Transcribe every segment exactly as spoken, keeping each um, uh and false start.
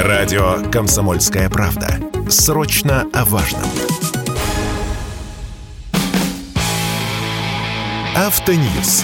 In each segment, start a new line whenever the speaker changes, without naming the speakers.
Радио «Комсомольская правда». Срочно о важном. Автоньюз.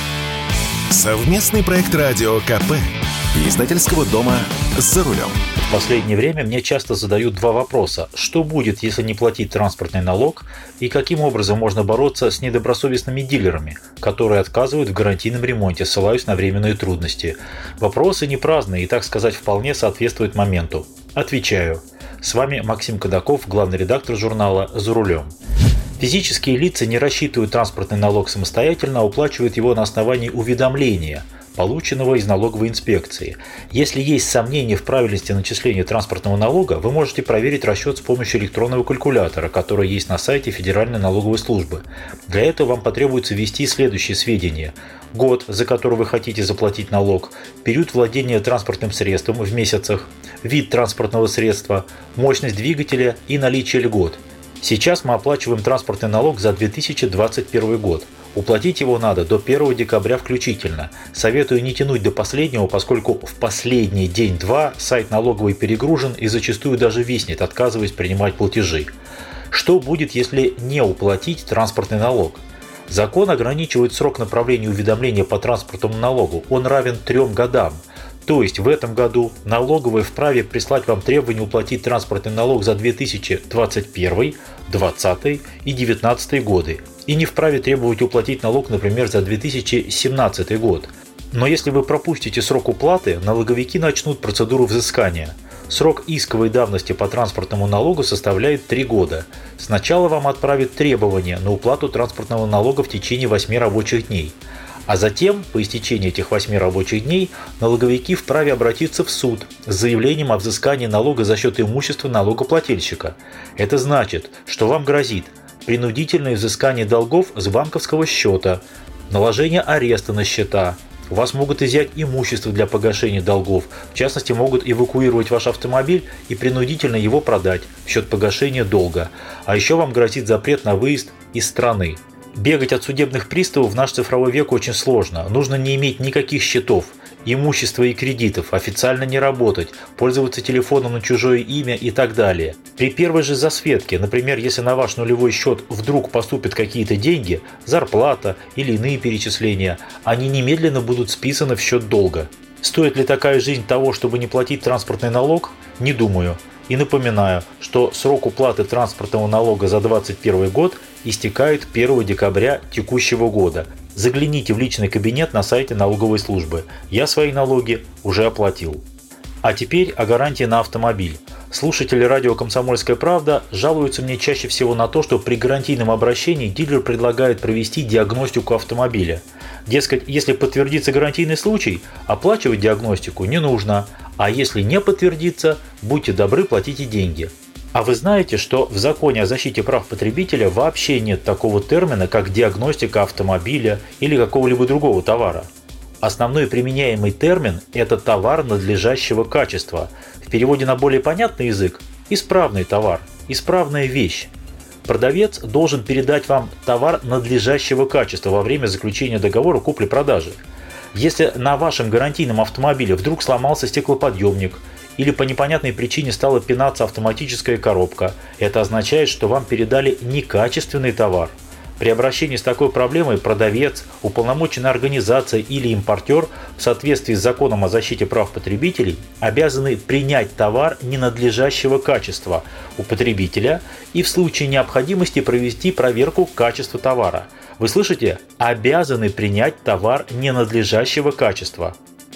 Совместный проект радио КП и издательского дома «За рулем».
В последнее время мне часто задают два вопроса. Что будет, если не платить транспортный налог? И каким образом можно бороться с недобросовестными дилерами, которые отказывают в гарантийном ремонте, ссылаясь на временные трудности? Вопросы не праздные и, так сказать, вполне соответствуют моменту. Отвечаю. С вами Максим Кадаков, главный редактор журнала «За рулем». Физические лица не рассчитывают транспортный налог самостоятельно, а уплачивают его на основании уведомления, полученного из налоговой инспекции. Если есть сомнения в правильности начисления транспортного налога, вы можете проверить расчет с помощью электронного калькулятора, который есть на сайте Федеральной налоговой службы. Для этого вам потребуется ввести следующие сведения: год, за который вы хотите заплатить налог, период владения транспортным средством в месяцах, вид транспортного средства, мощность двигателя и наличие льгот. Сейчас мы оплачиваем транспортный налог за две тысячи двадцать первый год. Уплатить его надо до первого декабря включительно. Советую не тянуть до последнего, поскольку в последний день-два сайт налоговый перегружен и зачастую даже виснет, отказываясь принимать платежи. Что будет, если не уплатить транспортный налог? Закон ограничивает срок направления уведомления по транспортному налогу. Он равен трем годам. То есть в этом году налоговая вправе прислать вам требование уплатить транспортный налог за две тысячи двадцать первый, двадцатый и девятнадцатый годы. И не вправе требовать уплатить налог, например, за две тысячи семнадцатый год. Но если вы пропустите срок уплаты, налоговики начнут процедуру взыскания. Срок исковой давности по транспортному налогу составляет три года. Сначала вам отправят требование на уплату транспортного налога в течение восьми рабочих дней. А затем, по истечении этих восьми рабочих дней, налоговики вправе обратиться в суд с заявлением о взыскании налога за счет имущества налогоплательщика. Это значит, что вам грозит принудительное взыскание долгов с банковского счета, наложение ареста на счета. У вас могут изъять имущество для погашения долгов, в частности, могут эвакуировать ваш автомобиль и принудительно его продать в счет погашения долга. А еще вам грозит запрет на выезд из страны. Бегать от судебных приставов в наш цифровой век очень сложно. Нужно не иметь никаких счетов, имущества и кредитов, официально не работать, пользоваться телефоном на чужое имя и так далее. При первой же засветке, например, если на ваш нулевой счет вдруг поступят какие-то деньги, зарплата или иные перечисления, они немедленно будут списаны в счет долга. Стоит ли такая жизнь того, чтобы не платить транспортный налог? Не думаю. И напоминаю, что срок уплаты транспортного налога за двадцать первый год истекает первого декабря текущего года. Загляните в личный кабинет на сайте налоговой службы. Я свои налоги уже оплатил. А теперь о гарантии на автомобиль. Слушатели радио «Комсомольская правда» жалуются мне чаще всего на то, что при гарантийном обращении дилер предлагает провести диагностику автомобиля. Дескать, если подтвердится гарантийный случай, оплачивать диагностику не нужно, а если не подтвердится, будьте добры, платите деньги. А вы знаете, что в законе о защите прав потребителя вообще нет такого термина, как диагностика автомобиля или какого-либо другого товара? Основной применяемый термин – это товар надлежащего качества. В переводе на более понятный язык – исправный товар, исправная вещь. Продавец должен передать вам товар надлежащего качества во время заключения договора купли-продажи. Если на вашем гарантийном автомобиле вдруг сломался стеклоподъемник или по непонятной причине стала пинаться автоматическая коробка, это означает, что вам передали некачественный товар. При обращении с такой проблемой продавец, уполномоченная организация или импортер в соответствии с законом о защите прав потребителей обязаны принять товар ненадлежащего качества у потребителя и в случае необходимости провести проверку качества товара. Вы слышите? Обязаны принять товар ненадлежащего качества.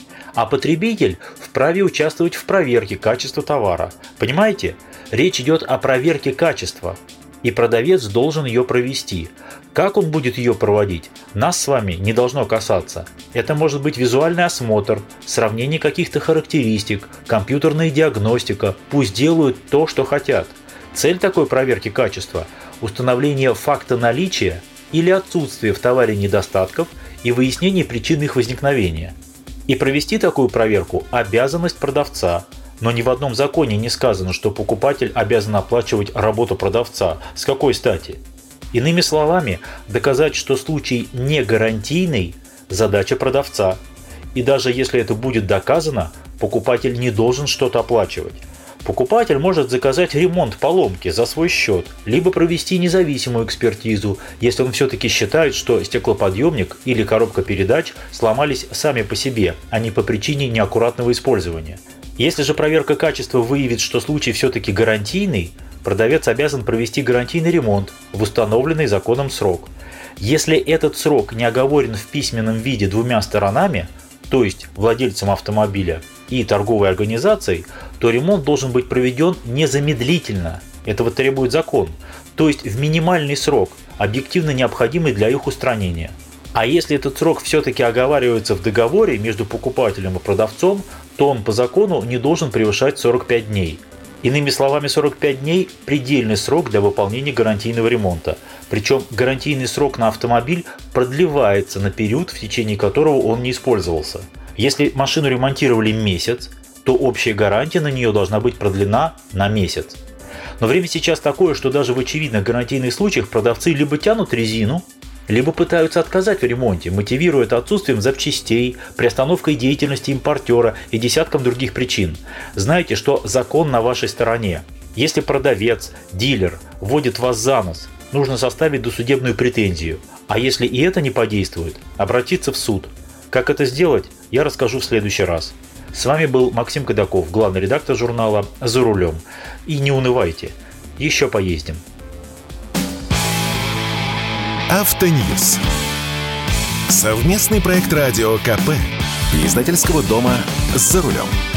А потребитель вправе участвовать в проверке качества товара. Понимаете? Речь идет о проверке качества. И продавец должен ее провести. Как он будет ее проводить, нас с вами не должно касаться. Это может быть визуальный осмотр, сравнение каких-то характеристик, компьютерная диагностика. Пусть делают то, что хотят. Цель такой проверки качества – установление факта наличия или отсутствия в товаре недостатков и выяснение причин их возникновения. И провести такую проверку – обязанность продавца. Но ни в одном законе не сказано, что покупатель обязан оплачивать работу продавца. С какой стати? Иными словами, доказать, что случай не гарантийный – задача продавца. И даже если это будет доказано, покупатель не должен что-то оплачивать. Покупатель может заказать ремонт поломки за свой счет, либо провести независимую экспертизу, если он все-таки считает, что стеклоподъемник или коробка передач сломались сами по себе, а не по причине неаккуратного использования. Если же проверка качества выявит, что случай все-таки гарантийный, продавец обязан провести гарантийный ремонт в установленный законом срок. Если этот срок не оговорен в письменном виде двумя сторонами, то есть владельцем автомобиля и торговой организацией, то ремонт должен быть проведен незамедлительно. Этого требует закон, то есть в минимальный срок, объективно необходимый для их устранения. А если этот срок все-таки оговаривается в договоре между покупателем и продавцом, то он по закону не должен превышать сорок пять дней. Иными словами, сорок пять дней – предельный срок для выполнения гарантийного ремонта. Причем гарантийный срок на автомобиль продлевается на период, в течение которого он не использовался. Если машину ремонтировали месяц, то общая гарантия на нее должна быть продлена на месяц. Но время сейчас такое, что даже в очевидных гарантийных случаях продавцы либо тянут резину, либо пытаются отказать в ремонте, мотивируя это отсутствием запчастей, приостановкой деятельности импортера и десятком других причин. Знайте, что закон на вашей стороне. Если продавец, дилер вводит вас за нос, нужно составить досудебную претензию. А если и это не подействует, обратиться в суд. Как это сделать, я расскажу в следующий раз. С вами был Максим Кадаков, главный редактор журнала «За рулем». И не унывайте, еще поездим.
Автоньюз. Совместный проект радио ка пэ и издательского дома «За рулем».